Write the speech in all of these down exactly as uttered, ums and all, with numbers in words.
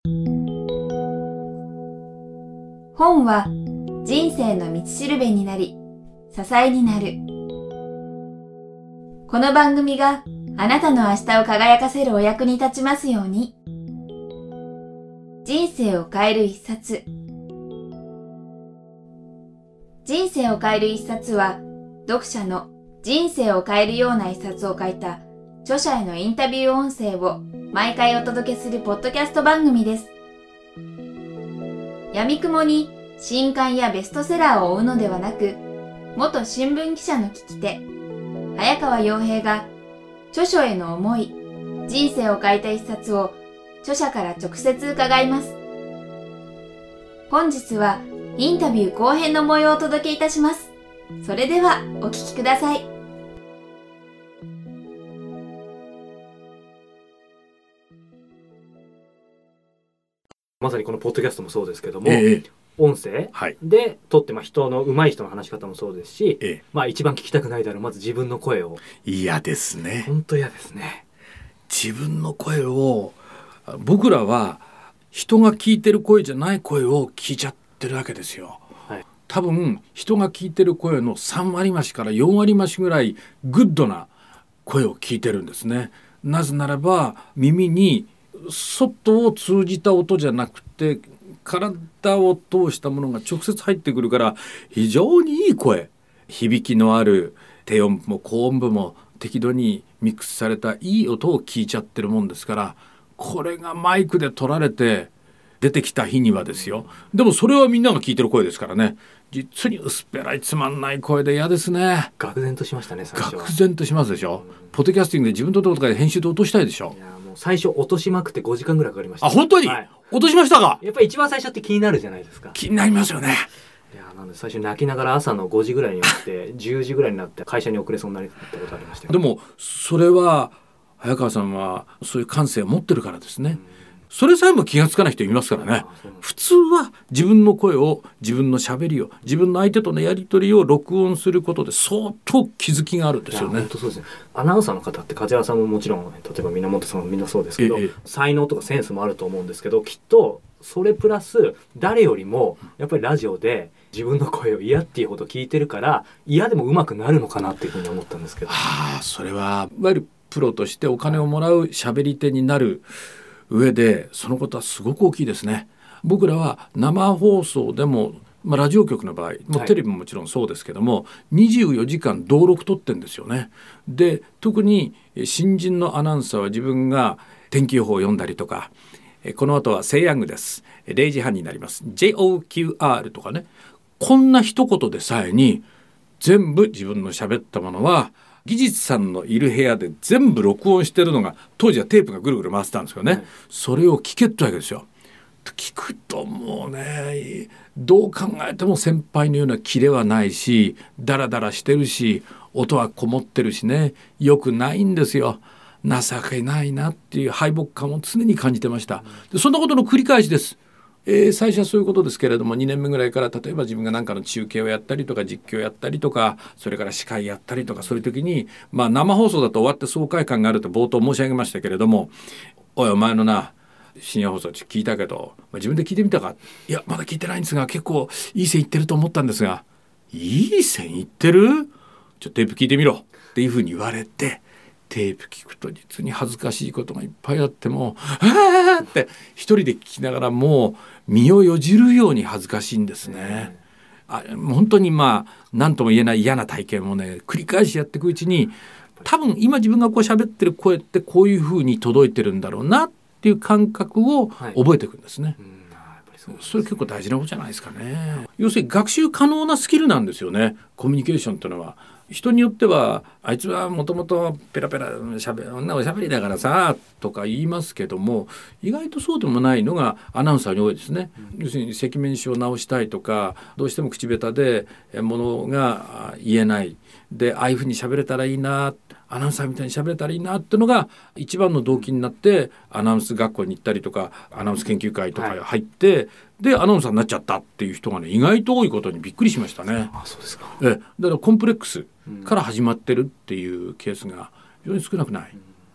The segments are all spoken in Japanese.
本は人生の道しるべになり、支えになる。この番組があなたの明日を輝かせるお役に立ちますように。人生を変える一冊。人生を変える一冊は、読者の人生を変えるような一冊を書いた著者へのインタビュー音声を毎回お届けするポッドキャスト番組です。闇雲に新刊やベストセラーを追うのではなく、元新聞記者の聞き手、早川洋平が著書への思い、人生を変えた一冊を著者から直接伺います。本日はインタビュー後編の模様をお届けいたします。それではお聞きください。 まさにこのポッドキャストもそうですけども、 ええ、 音声で撮って、まあ、人の上手い人の話し方もそうですし、 ええ、 まあ、一番聞きたくないであるまず自分の声を。 嫌ですね。 本当嫌ですね。 自分の声を、僕らは人が聞いてる声じゃない声を聞いちゃってるわけですよ、はい、多分人が聞いてる声のさんわり増しからよんわり増しぐらいグッドな声を聞いてるんですね。なぜならば耳に外を通じた音じゃなくて体を通したものが直接入ってくるから、非常にいい声、響きのある低音も高音部も適度にミックスされたいい音を聞いちゃってるもんですから、これがマイクで取られて出てきた日にはですよ。でもそれはみんなが聞いてる声ですからね。実に薄っぺらいつまんない声で嫌ですね。 愕然としましたね。最初は愕然としますでしょ、うん、ポッドキャスティングで自分のところとかで編集で落としたいでしょ。 いやもう最初落としまくってごじかんぐらいかかりました。 あ、本当に、はい、落としましたか。 やっぱり一番最初って気になるじゃないですか。 気になりますよね。 いやなんで最初泣きながら朝のごじぐらいに起きてじゅうじぐらいになって会社に遅れそうになったことありましたよ。 でもそれは早川さんはそういう感性を持ってるからですね、うん、それさえも気がつかない人いますからね。普通は自分の声を、自分のしゃべりを、自分の相手とのやり取りを録音することで相当気づきがあるんですよね。 本当そうですね。アナウンサーの方って梶原さんももちろん、例えば源さんもみんなそうですけど、ええ、才能とかセンスもあると思うんですけど、きっとそれプラス誰よりもやっぱりラジオで自分の声を嫌っていうほど聞いてるから嫌でも上手くなるのかなっていうふうに思ったんですけど、 はあ、それはいわゆるプロとしてお金をもらう喋り手になる上でそのことはすごく大きいですね。僕らは生放送でも、まあ、ラジオ局の場合もテレビももちろんそうですけども、はい、にじゅうよじかん登録取ってんですよね。で特に新人のアナウンサーは自分が天気予報を読んだりとか、この後はセイヤングですれいじはんになります ジェイオーキューアール とかね、こんな一言でさえに全部自分の喋ったものは技術さんのいる部屋で全部録音してるのが、当時はテープがぐるぐる回ってたんですけどね、はい、それを聞けってわけですよ。聞くともうね、どう考えても先輩のようなキレはないし、ダラダラしてるし、音はこもってるしね、よくないんですよ。情けないなっていう敗北感を常に感じてました。でそんなことの繰り返しです。えー、最初はそういうことですけれども、にねんめぐらいから例えば自分が何かの中継をやったりとか実況やったりとか、それから司会やったりとか、そういう時に、まあ、生放送だと終わって爽快感があると冒頭申し上げましたけれども、おいお前のな深夜放送聞いたけど、まあ、自分で聞いてみたか。いやまだ聞いてないんですが、結構いい線いってると思ったんですが。いい線いってる？ちょテープ聞いてみろっていうふうに言われて、テープ聞くと実に恥ずかしいことがいっぱいあっても、あーって一人で聞きながらもう身をよじるように恥ずかしいんですね。あ本当にまあ何とも言えない嫌な体験をね繰り返しやっていくうちに、多分今自分がこう喋ってる声ってこういう風に届いてるんだろうなっていう感覚を覚えていくんですね、はい、うん、やっぱりそうですね。それ結構大事なことじゃないですかね。要するに学習可能なスキルなんですよね、コミュニケーションというのは。人によってはあいつはもともとペラペラしゃべ女おしゃべりだからさとか言いますけども、意外とそうでもないのがアナウンサーに多いですね、うん、要するに赤面症を治したいとか、どうしても口下手でものが言えないで、ああいうふうに喋れたらいいな、アナウンサーみたいに喋れたらいいなっていうのが一番の動機になって、アナウンス学校に行ったりとかアナウンス研究会とか入って、はい、でアナウンサーになっちゃったっていう人がね意外と多いことにびっくりしましたね。 あ、そうですか。 えだからコンプレックスから始まってるっていうケースが非常に少なくない、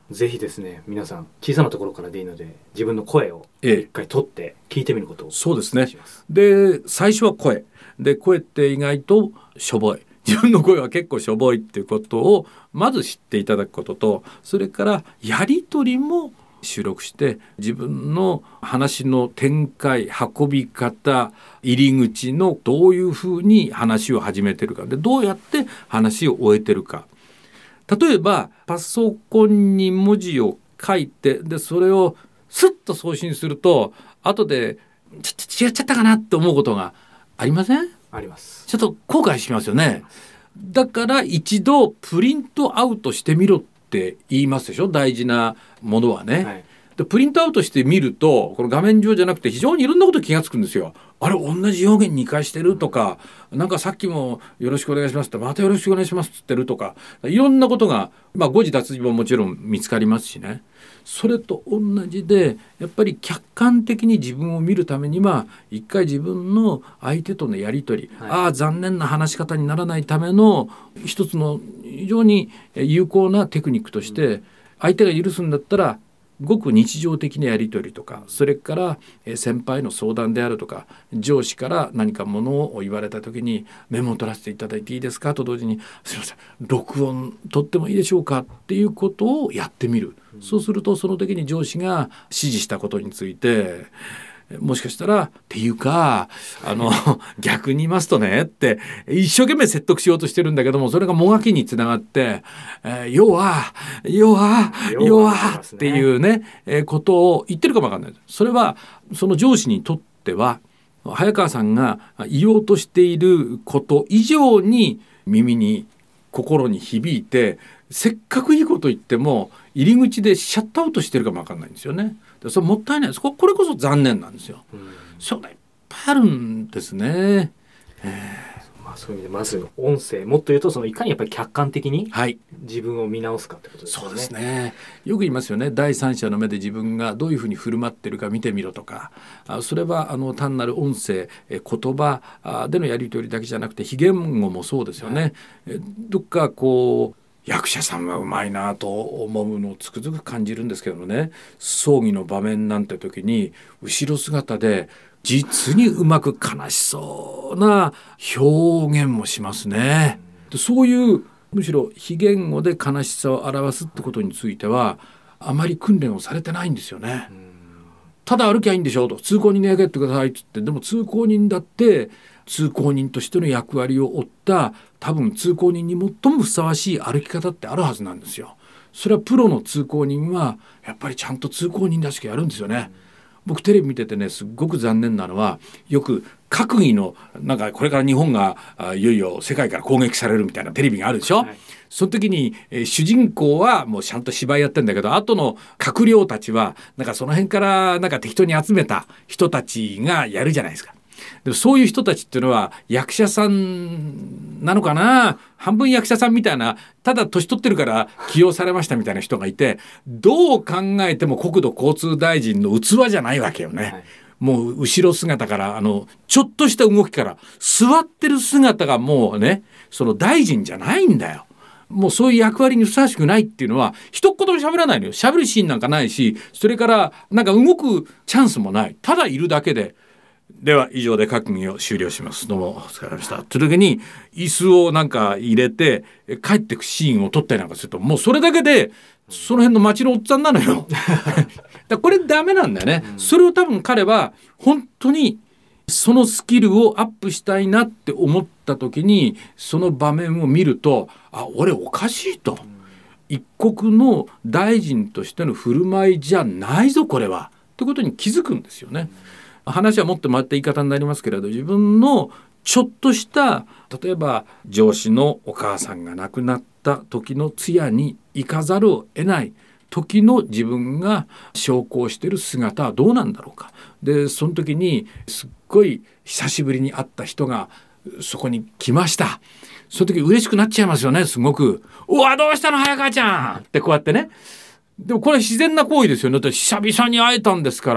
ぜひですね、皆さん小さなところからでいいので自分の声を一回取って聞いてみることを、 そうですね。で最初は声で、声って意外としょぼい、自分の声は結構しょぼいっていうことをまず知っていただくことと、それからやり取りも収録して自分の話の展開、運び方、入り口のどういうふうに話を始めてるかで、どうやって話を終えてるか。例えばパソコンに文字を書いて、でそれをスッと送信すると後でちょっと違っちゃったかなって思うことがありません？ あります。 ちょっと後悔しますよね。だから一度プリントアウトしてみろって言いますでしょ、大事なものはね、はい、でプリントアウトしてみるとこの画面上じゃなくて非常にいろんなこと気がつくんですよ。あれ同じ表現にかいしてるとか、なんかさっきもよろしくお願いしますってまたよろしくお願いしますって言ってるとか、いろんなことが、まあ、誤字脱字ももちろん見つかりますしね。それと同じでやっぱり客観的に自分を見るためには一回自分の相手とのやり取り、はい、ああ残念な話し方にならないための一つの非常に有効なテクニックとして、うん、相手が許すんだったらごく日常的なやり取りとか、それから先輩の相談であるとか、上司から何かものを言われた時にメモを取らせていただいていいですかと同時に、すいません録音取ってもいいでしょうかっていうことをやってみる。そうするとその時に上司が指示したことについて、もしかしたらっていうかあの逆に言いますとねって一生懸命説得しようとしてるんだけども、それがもがきにつながって、えー、要は要は要はっていうね、えー、ことを言ってるかもわかんない。それはその上司にとっては早川さんが言おうとしていること以上に耳に心に響いて、せっかくいいこと言っても入り口でシャットアウトしてるかもわかんないんですよね。でそれもったいないです。これこそ残念なんですよ。うん、そうだいっぱいあるんですね。えーまあ、そういう意味でまず音声、もっと言うとそのいかにやっぱり客観的に自分を見直すかってことですよね。 そうですね。よく言いますよね。第三者の目で自分がどういうふうに振る舞ってるか見てみろとか。あそれはあの単なる音声、え言葉でのやり取りだけじゃなくて非言語もそうですよね。はい、えどっかこう役者さんはうまいなと思うのをつくづく感じるんですけどもね、葬儀の場面なんて時に後ろ姿で実にうまく悲しそうな表現もしますね。でそういうむしろ非言語で悲しさを表すってことについてはあまり訓練をされてないんですよね。ただ歩きゃいいんでしょうと、通行人にあげてくださいって言って、でも通行人だって通行人としての役割を負った多分通行人に最もふさわしい歩き方ってあるはずなんですよ。それはプロの通行人はやっぱりちゃんと通行人らしくやるんですよね。僕テレビ見ててねすっごく残念なのは、よく閣議のなんかこれから日本がいよいよ世界から攻撃されるみたいなテレビがあるでしょ、はい、その時に、えー、主人公はもうちゃんと芝居やってんだけど、後の閣僚たちはなんかその辺からなんか適当に集めた人たちがやるじゃないですか。でもそういう人たちっていうのは役者さんなのかな、半分役者さんみたいな、ただ年取ってるから起用されましたみたいな人がいて、どう考えても国土交通大臣の器じゃないわけよね、はい、もう後ろ姿からあのちょっとした動きから座ってる姿がもうねその大臣じゃないんだよ。もうそういう役割にふさわしくないっていうのは一言も喋らないのよ。喋るシーンなんかないし、それからなんか動くチャンスもない。ただいるだけで、では以上で閣議を終了します、どうもお疲れ様でしたという時に椅子をなんか入れて帰ってくシーンを撮ったりなんかすると、もうそれだけでその辺の街のおっさんなのよだこれダメなんだよね。それを多分彼は本当にそのスキルをアップしたいなって思った時にその場面を見ると、あ俺おかしいと、一国の大臣としての振る舞いじゃないぞこれはってことに気づくんですよね。話はもっと回った言い方になりますけれど、自分のちょっとした例えば上司のお母さんが亡くなった時の通夜に行かざるを得ない時の自分が焼香している姿はどうなんだろうか。でその時にすっごい久しぶりに会った人がそこに来ました。その時嬉しくなっちゃいますよね。すごくうわどうしたの早川ちゃんってこうやってね。でもこれ自然な行為ですよね。だって久々に会えたんですから、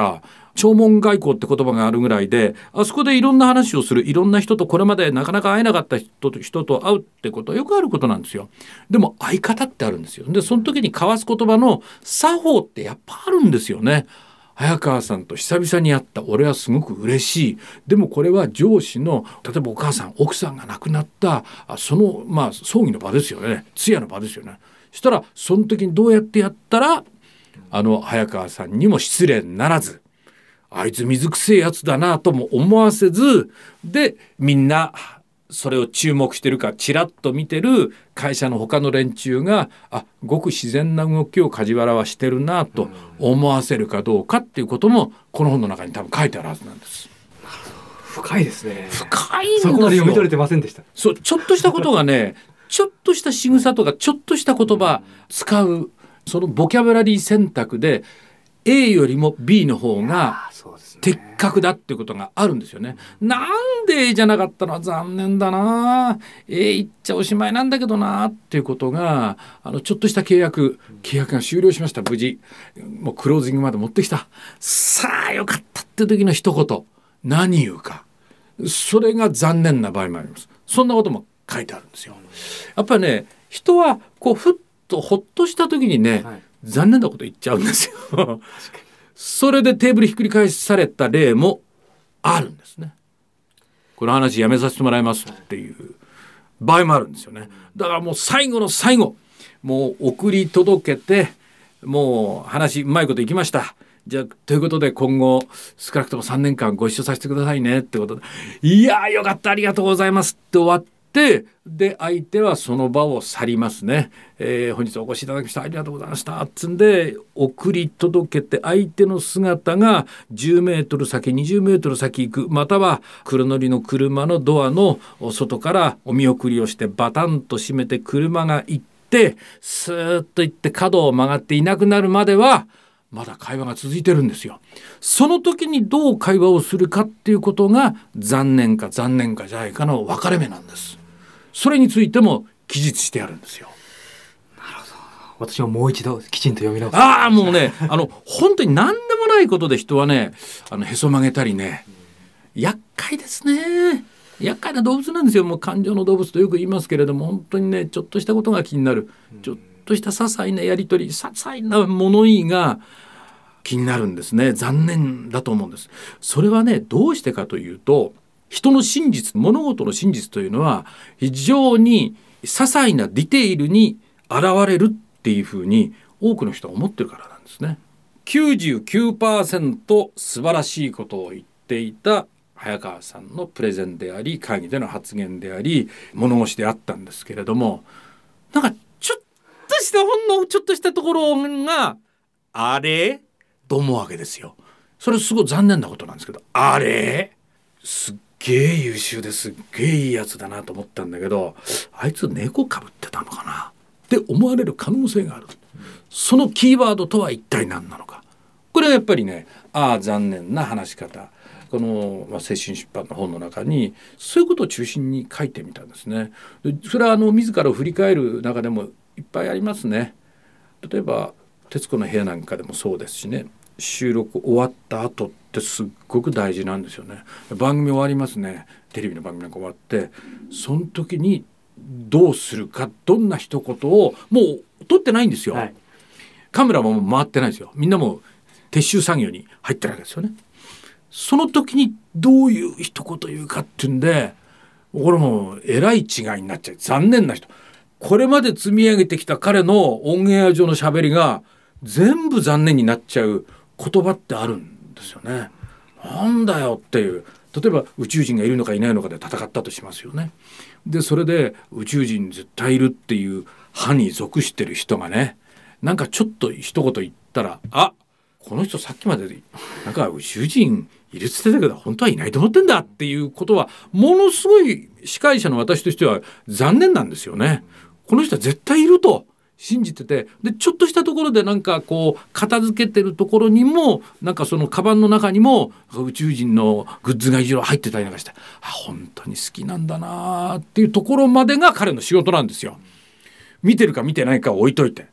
弔問外交って言葉があるぐらいで、あそこでいろんな話をする、いろんな人とこれまでなかなか会えなかった人と人と会うってことはよくあることなんですよ。でも会い方ってあるんですよ。でその時に交わす言葉の作法ってやっぱあるんですよね。早川さんと久々に会った、俺はすごく嬉しい。でもこれは上司の例えばお母さん奥さんが亡くなったそのまあ葬儀の場ですよね。通夜の場ですよね。そしたらその時にどうやってやったらあの早川さんにも失礼にならず、あいつ水くせえやつだなとも思わせず、でみんなそれを注目してるかチラッと見てる会社の他の連中が、あ、ごく自然な動きを梶原はしてるなと思わせるかどうかっていうこともこの本の中に多分書いてあるはずなんです。 深いですね。 深いんですよ。 そこまで読み取れてませんでした。 そう、ちょっとしたことがねちょっとした仕草とかちょっとした言葉使う、そのボキャブラリー選択で A よりも B の方が的確だっていうことがあるんですよね。なんで A じゃなかったのは残念だな、 A 言っちゃおしまいなんだけどなっていうことが、あのちょっとした契約契約が終了しました。無事もうクロージングまで持ってきた。さあよかったって時の一言何言うか、それが残念な場合もあります。そんなことも書いてあるんですよ。やっぱりね、人はこうふっとほっとした時にね、はい、残念なこと言っちゃうんですよそれでテーブルひっくり返された例もあるんですね。この話やめさせてもらいますっていう場合もあるんですよね。だからもう最後の最後、もう送り届けて、もう話うまいこといきました、じゃあということで今後少なくともさんねんかんご一緒させてくださいねってことで、いやよかった、ありがとうございますって終わって、で相手はその場を去りますね。えー、本日お越しいただきましたありがとうございましたつんで送り届けて、相手の姿がじゅうメートル先にじゅうメートル先行く、または黒乗りの車のドアの外からお見送りをしてバタンと閉めて車が行って、スーッと行って角を曲がっていなくなるまではまだ会話が続いてるんですよ。その時にどう会話をするかっていうことが残念か残念かじゃないかの分かれ目なんです。それについても記述してあるんですよ。 なるほど。私ももう一度きちんと読み直す。 ああもうねあの本当に何でもないことで人はね、あのへそ曲げたりね、厄介ですね。厄介な動物なんですよ。もう感情の動物とよく言いますけれども、本当にねちょっとしたことが気になる、ちょっとした些細なやり取り、些細な物言いが気になるんですね。残念だと思うんです。それはねどうしてかというと、人の真実、物事の真実というのは非常に些細なディテールに現れるっていうふうに多くの人は思ってるからなんですね。きゅうじゅうきゅうパーセント 素晴らしいことを言っていた早川さんのプレゼンであり、会議での発言であり、物腰であったんですけれども、なんかちょっとしたほんのちょっとしたところがあれと思うわけですよ。それすごい残念なことなんですけど、あれすっげえ優秀ですっげえいいやつだなと思ったんだけど、あいつ猫かぶってたのかなって思われる可能性がある。そのキーワードとは一体何なのか。これはやっぱりね、ああ残念な話し方、この、まあ、青春出版の本の中にそういうことを中心に書いてみたんですね。でそれはあの自らを振り返る中でもいっぱいありますね。例えば徹子の部屋なんかでもそうですしね、収録終わった後ってすっごく大事なんですよね。番組終わりますね、テレビの番組なんか終わって、その時にどうするか、どんな一言をもう撮ってないんですよ、はい、カメラも回ってないですよ。みんなも撤収作業に入ってるわけですよね。その時にどういう一言言うかっていうんで、これもえらい違いになっちゃう。残念な人、これまで積み上げてきた彼のオンエア上の喋りが全部残念になっちゃう言葉ってあるんですよね。なんだよっていう、例えば宇宙人がいるのかいないのかで戦ったとしますよね。でそれで宇宙人絶対いるっていう派に属してる人がね、なんかちょっと一言言ったら、あ、この人さっきまでなんか宇宙人いるって言ってたけど本当はいないと思ってんだっていうことは、ものすごい司会者の私としては残念なんですよね。この人は絶対いると信じてて、でちょっとしたところでなんかこう片付けてるところにも、なんかそのカバンの中にも宇宙人のグッズがいろいろ入ってたりなんかして、あ、本当に好きなんだなっていうところまでが彼の仕事なんですよ。見てるか見てないかを置いといて、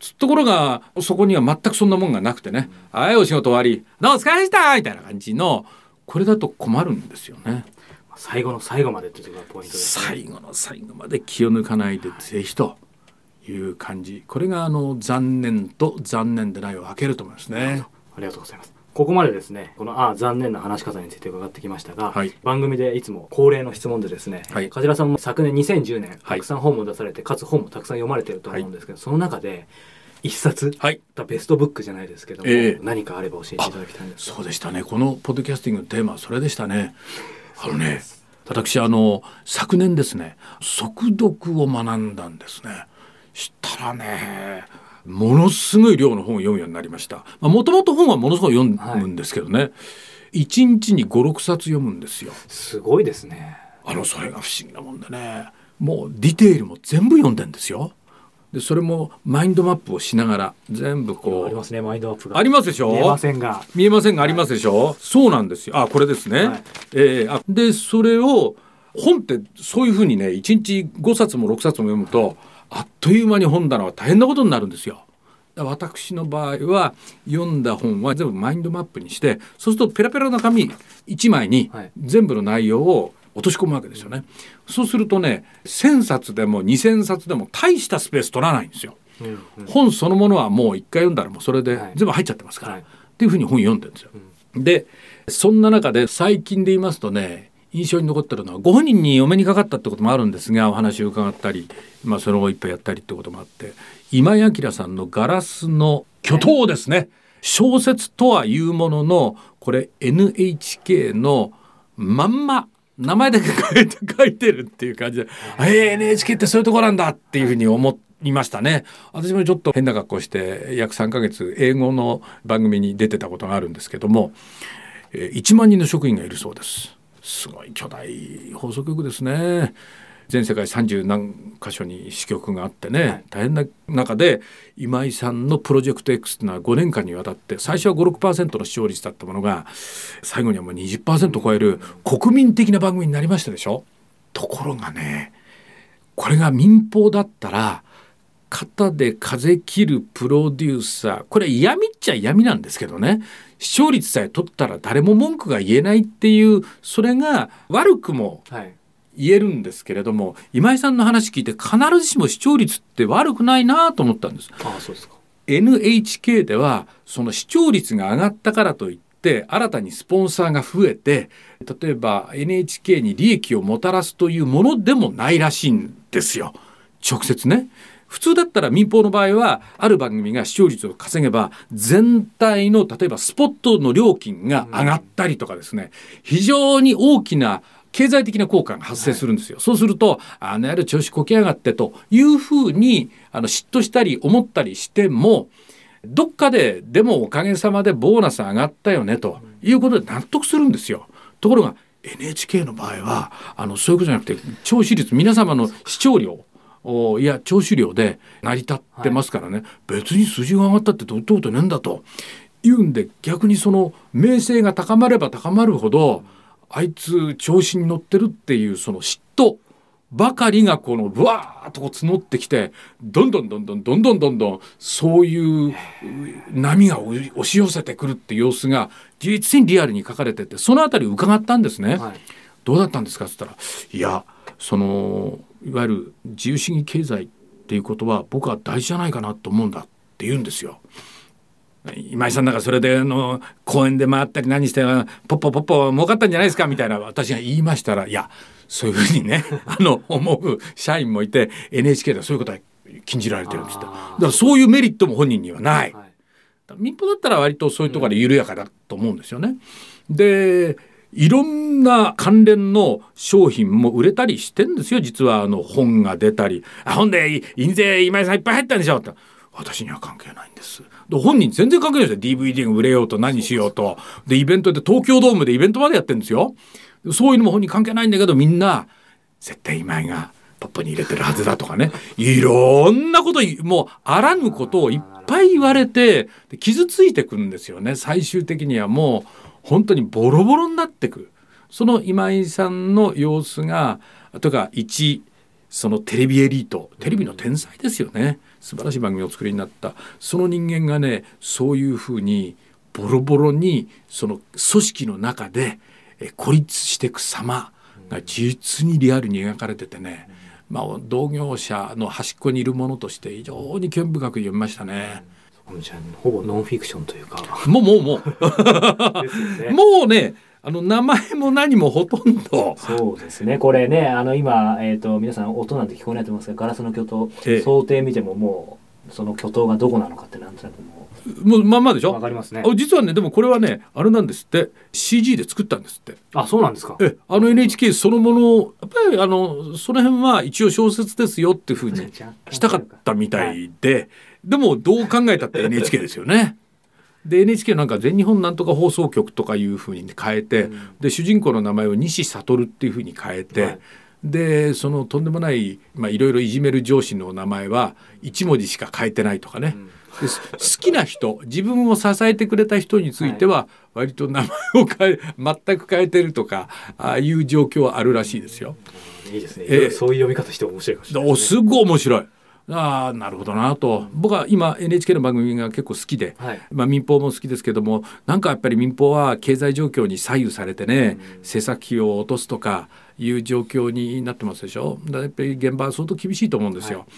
ところがそこには全くそんなもんがなくてね、うん、はいお仕事終わりどうお疲れでしたみたいな感じの、これだと困るんですよね。 最後の最後までっていうのがポイントですね。 最後の最後まで気を抜かないでぜひという感じ、これがあの残念と残念でないを分けると思いますね。 ありがとうございます。ここまでですね、このああ残念な話し方について伺ってきましたが、はい、番組でいつも恒例の質問でですね、はい、梶原さんも昨年にせんじゅうねんたくさん本も出されて、かつ本もたくさん読まれていると思うんですけど、はい、その中で一冊、はい、ベストブックじゃないですけども、えー、何かあれば教えていただきたいんです。 そうでしたね、このポッドキャスティングのテーマはそれでしたね。あのね、私あの昨年ですね、速読を学んだんですね。したらね、ものすごい量の本を読むようになりました。もともと本はものすごい読むんですけどね、はい、いちにちにごろくさつ読むんですよ。 すごいですね。 あのそれが不思議なもんでね、もうディテールも全部読んでんですよ。でそれもマインドマップをしながら全部こうありますね、マインドマップがありますでしょ。 見えませんが見えませんがありますでしょ、はい、そうなんですよ。あ、これですね、はい、えー、あでそれを本ってそういうふうにねいちにちごさつもろくさつも読むとあっという間に本棚は大変なことになるんですよ。私の場合は読んだ本は全部マインドマップにして、そうするとペラペラな紙いちまいに全部の内容を落とし込むわけですよね、はい、そうするとねせんさつでもにせんさつでも大したスペース取らないんですよ、うんうん、本そのものはもう一回読んだらもうそれで全部入っちゃってますから、はい、っていうふうに本読んでるんですよ、うん、でそんな中で最近で言いますとね、印象に残ってるのはご本人にお目にかかったってこともあるんですが、お話を伺ったり、まあ、その後いっぱいやったりってこともあって、今井明さんのガラスの巨塔ですね、はい、小説とはいうもののこれ エヌエイチケー のまんま名前だけ書いて書いてるっていう感じで、はい、えー、エヌエイチケー ってそういうとこなんだっていうふうに思いましたね。私もちょっと変な格好して約さんかげつ英語の番組に出てたことがあるんですけども、いちまんにんの職員がいるそうです。すごい巨大放送局ですね。全世界さんじゅうなんか所に支局があってね、はい、大変な中で今井さんのプロジェクト X というのはごねんかんにわたって、最初は ご、ろくパーセント の視聴率だったものが最後にはもう にじゅっパーセント を超える国民的な番組になりましたでしょ。ところがね、これが民放だったら肩で風切るプロデューサー、これは嫌味っちゃ嫌味なんですけどね、視聴率さえ取ったら誰も文句が言えないっていう、それが悪くも言えるんですけれども、はい、今井さんの話聞いて必ずしも視聴率って悪くないなと思ったんです。 ああ、そうですか。 エヌエイチケー ではその視聴率が上がったからといって新たにスポンサーが増えて、例えば エヌエイチケー に利益をもたらすというものでもないらしいんですよ、直接ね。普通だったら民放の場合はある番組が視聴率を稼げば全体の例えばスポットの料金が上がったりとかですね、非常に大きな経済的な効果が発生するんですよ、はい、そうするとあのやる調子こきやがってというふうにあの嫉妬したり思ったりしても、どっかででもおかげさまでボーナス上がったよねということで納得するんですよ。ところが エヌエイチケー の場合はあのそういうことじゃなくて、聴取率、皆様の視聴量、いや聴取量で成り立ってますからね、はい、別に数字が上がったってどうってことねえんだというんで、逆にその名声が高まれば高まるほどあいつ調子に乗ってるっていうその嫉妬ばかりがこのブワーッとこう募ってきて、どんどんどんどんどんどんどんどんそういう波が押し寄せてくるっていう様子が実にリアルに書かれてて、そのあたり伺ったんですね、はい、どうだったんですかって言ったら、いやそのいわゆる自由主義経済っていうことは僕は大事じゃないかなと思うんだって言うんですよ。今井さんなんかそれであの公園で回ったり何してポッポポッポ儲かったんじゃないですかみたいな私が言いましたら、いやそういうふうにねあの思う社員もいて エヌエイチケー ではそういうことは禁じられてるんですって。だからそういうメリットも本人にはない、はい、民放だったら割とそういうところで緩やかだと思うんですよね、うん、でいろんな関連の商品も売れたりしてんですよ。実はあの本が出たり、あ本で印税今井さんいっぱい入ったんでしょって、私には関係ないんです。本人全然関係ないですよ。 ディーブイディー が売れようと何しようとでイベントで東京ドームでイベントまでやってるんですよ。そういうのも本人関係ないんだけど、みんな絶対今井がポップに入れてるはずだとかね、いろんなこともうあらぬことをいっぱい言われて傷ついてくるんですよね。最終的にはもう本当にボロボロになってくる。その今井さんの様子がとか一そのテレビエリート、テレビの天才ですよね。 素晴らしい番組をお作りになったその人間がね、そういうふうにボロボロにその組織の中で孤立していく様が実にリアルに描かれててね、まあ、同業者の端っこにいるものとして非常に興味深く読みましたね。 じゃあほぼノンフィクションというかもうもうもうですよね。 もうね、あの名前も何もほとんどそうですね。これね、あの今、えー、と皆さん音なんて聞こえないと思いますが、ガラスの巨塔、 ええ想定見てももうその巨塔がどこなのかってなんとなくももうまんまでしょ。 うわかりますね。 あ実はね、でもこれはねあれなんですって、 シージー で作ったんですって。 あ、そうなんですか。 えあの エヌエイチケー そのものやっぱりあのその辺は一応小説ですよっていうふうにしたかったみたいで、はい、でもどう考えたって エヌエイチケー ですよね。で エヌエイチケー なんか全日本なんとか放送局とかいうふうに変えて、うん、で主人公の名前を西悟っていうふうに変えて、はい、でそのとんでもないまあいろいろいじめる上司の名前はいち文字しか変えてないとかね、うん、で好きな人、自分を支えてくれた人については割と名前を変え全く変えてるとか、ああいう状況はあるらしいですよ。 いいですね。えー、そういう読み方して面白いかもしれないですね。 すごい面白い。ああなるほどなと、僕は今 エヌエイチケー の番組が結構好きで、はい、まあ、民放も好きですけども、なんかやっぱり民放は経済状況に左右されてね、うん、制作費を落とすとかいう状況になってますでしょ。だからやっぱり現場は相当厳しいと思うんですよ、はい、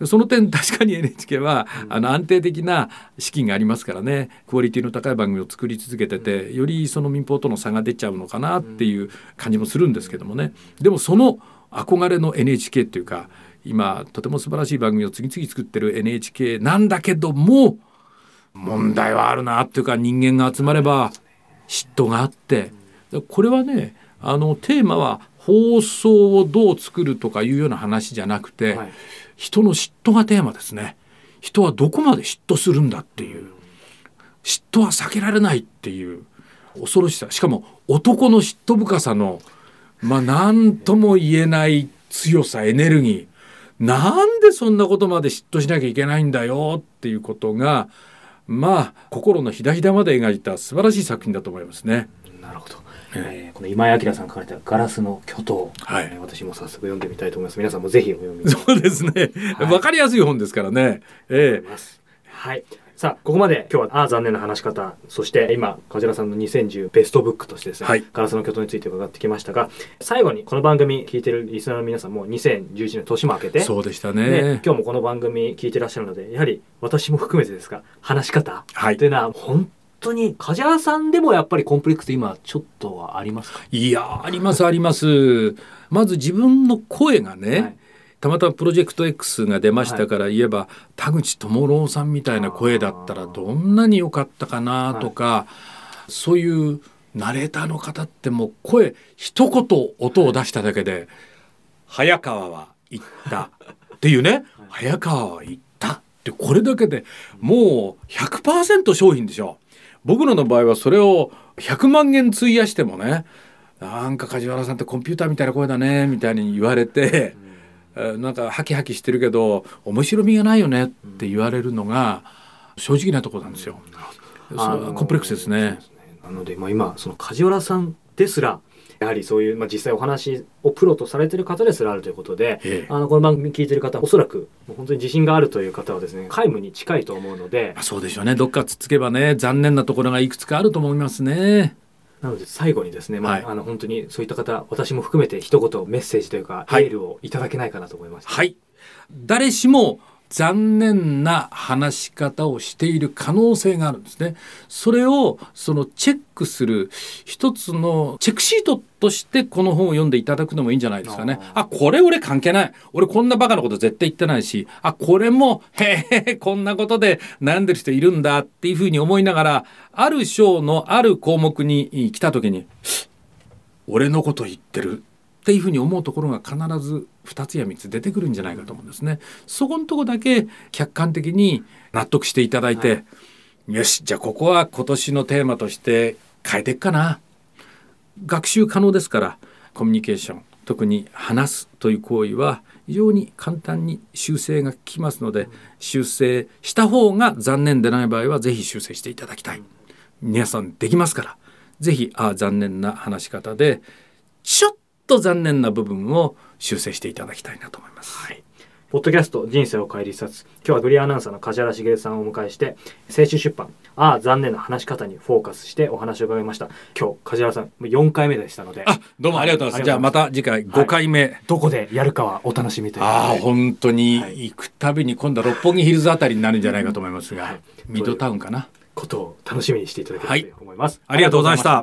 その点確かに エヌエイチケー は、うん、あの安定的な資金がありますからね、クオリティの高い番組を作り続けてて、うん、よりその民放との差が出ちゃうのかなっていう感じもするんですけどもね。でもその憧れの エヌエイチケー っていうか、今とても素晴らしい番組を次々作ってる エヌエイチケー なんだけども、問題はあるなっていうか、人間が集まれば嫉妬があって、これはね、あのテーマは放送をどう作るとかいうような話じゃなくて、はい、人の嫉妬がテーマですね。人はどこまで嫉妬するんだっていう、嫉妬は避けられないっていう恐ろしさ、しかも男の嫉妬深さのまあ何とも言えない強さ、エネルギー、なんでそんなことまで嫉妬しなきゃいけないんだよっていうことが、まあ心のひだひだまで描いた素晴らしい作品だと思いますね。 なるほど、えー、この今井明さんが書かれたガラスの巨塔、はい、えー、私も早速読んでみたいと思います。皆さんもぜひお読みください。 そうですね、はい、分かりやすい本ですからね、えー、 はい。さあここまで今日はああ残念な話し方、そして今梶原さんのにせんじゅうベストブックとしてですね、はい、ガラスの巨塔について伺ってきましたが、最後にこの番組聞いてるリスナーの皆さんもにせんじゅういちねん年も明けて、 そうでしたね、 ね、今日もこの番組聞いてらっしゃるので、やはり私も含めてですが話し方というのは本当に梶原さんでもやっぱりコンプレックスって今ちょっとはありますか？ いやありますあります。まず自分の声がね、はい、たまたまプロジェクト X が出ましたから言えば、はい、田口智朗さんみたいな声だったらどんなに良かったかなとか、はい、そういうナレーターの方ってもう声一言音を出しただけで、はい、早川は言ったっていうね、はい、早川は言ったってこれだけでもう ひゃくパーセント 商品でしょ。僕らの場合はそれをひゃくまんえん費やしてもね、なんか梶原さんってコンピューターみたいな声だねみたいに言われて、なんかハキハキしてるけど面白みがないよねって言われるのが正直なところなんですよ。うん、それはコンプレックスですね。 なので、まあ、今その梶原さんですらやはりそういう、まあ、実際お話をプロとされている方ですらあるということで、ええ、あのこの番組聞いている方おそらくもう本当に自信があるという方はですね、皆無に近いと思うので、 そうでしょうね。どっかつっつけばね、残念なところがいくつかあると思いますね。 なので最後にですね、まあはい、あの本当にそういった方、私も含めて一言メッセージというかエールをいただけないかなと思いました。 はい、誰しも残念な話し方をしている可能性があるんですね。それをそのチェックする一つのチェックシートとしてこの本を読んでいただくのもいいんじゃないですかね。あ、これ俺関係ない、俺こんなバカなこと絶対言ってないし、あ、これもへへこんなことで悩んでる人いるんだっていうふうに思いながら、ある章のある項目に来た時に俺のこと言ってるっていうふうに思うところが必ずふたつやみっつ出てくるんじゃないかと思うんですね。そこのところだけ客観的に納得していただいて、はい、よしじゃあここは今年のテーマとして変えていくかな。学習可能ですから、コミュニケーション、特に話すという行為は非常に簡単に修正が効きますので、修正した方が残念でない場合はぜひ修正していただきたい。皆さんできますから、ぜひあ残念な話し方でちょっと残念な部分を修正していただきたいなと思います。 はい、 ポッドキャスト人生を変える一冊。今日はフリーアナウンサーの梶原茂さんをお迎えして、青春出版、ああ残念な話し方にフォーカスしてお話を伺いました。今日、梶原さん、よんかいめでしたので。 あ、どうもありがとうございます。じゃあまた次回ごかいめ、はい。 どこでやるかはお楽しみということで。 ああ、本当に行くたびに今度は六本木ヒルズあたりになるんじゃないかと思いますが、はい、ミッドタウンかな。 ことを楽しみにしていただければと思います。 はい、ありがとうございました。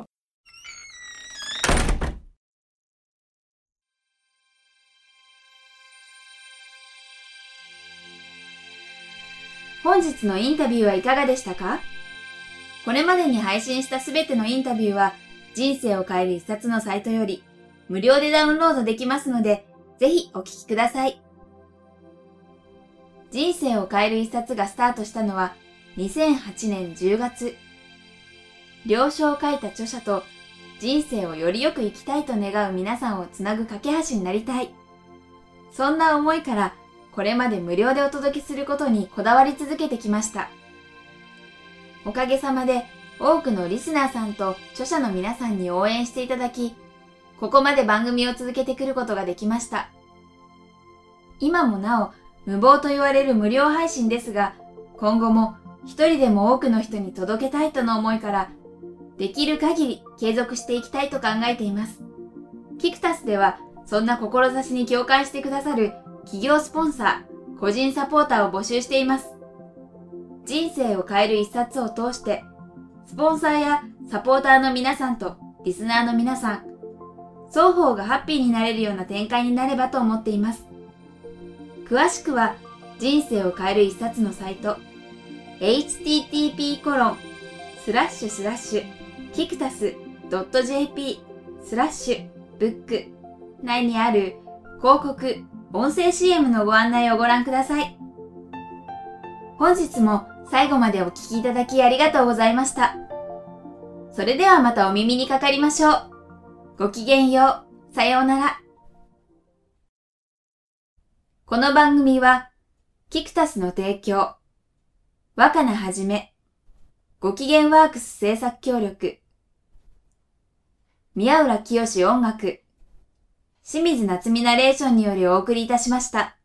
本日のインタビューはいかがでしたか？これまでに配信したすべてのインタビューは人生を変える一冊のサイトより無料でダウンロードできますので、ぜひお聞きください。人生を変える一冊がスタートしたのはにせんはちねんじゅうがつ。了承を書いた著者と人生をよりよく生きたいと願う皆さんをつなぐ架け橋になりたい。そんな思いからこれまで無料でお届けすることにこだわり続けてきました。おかげさまで多くのリスナーさんと著者の皆さんに応援していただき、ここまで番組を続けてくることができました。今もなお無謀と言われる無料配信ですが、今後も一人でも多くの人に届けたいとの思いから、できる限り継続していきたいと考えています。キクタスではそんな志に共感してくださる企業スポンサー、個人サポーターを募集しています。人生を変える一冊を通して、スポンサーやサポーターの皆さんとリスナーの皆さん、双方がハッピーになれるような展開になればと思っています。詳しくは、人生を変える一冊のサイト、エイチティーティーピーコロンスラッシュスラッシュキクタスドットジェーピースラッシュブック内にある広告、音声 シーエム のご案内をご覧ください。本日も最後までお聞きいただきありがとうございました。それではまたお耳にかかりましょう。ごきげんよう。さようなら。この番組は、キクタスの提供、若菜はじめ、ごきげんワークス制作協力、宮浦清志音楽、清水夏美ナレーションによりお送りいたしました。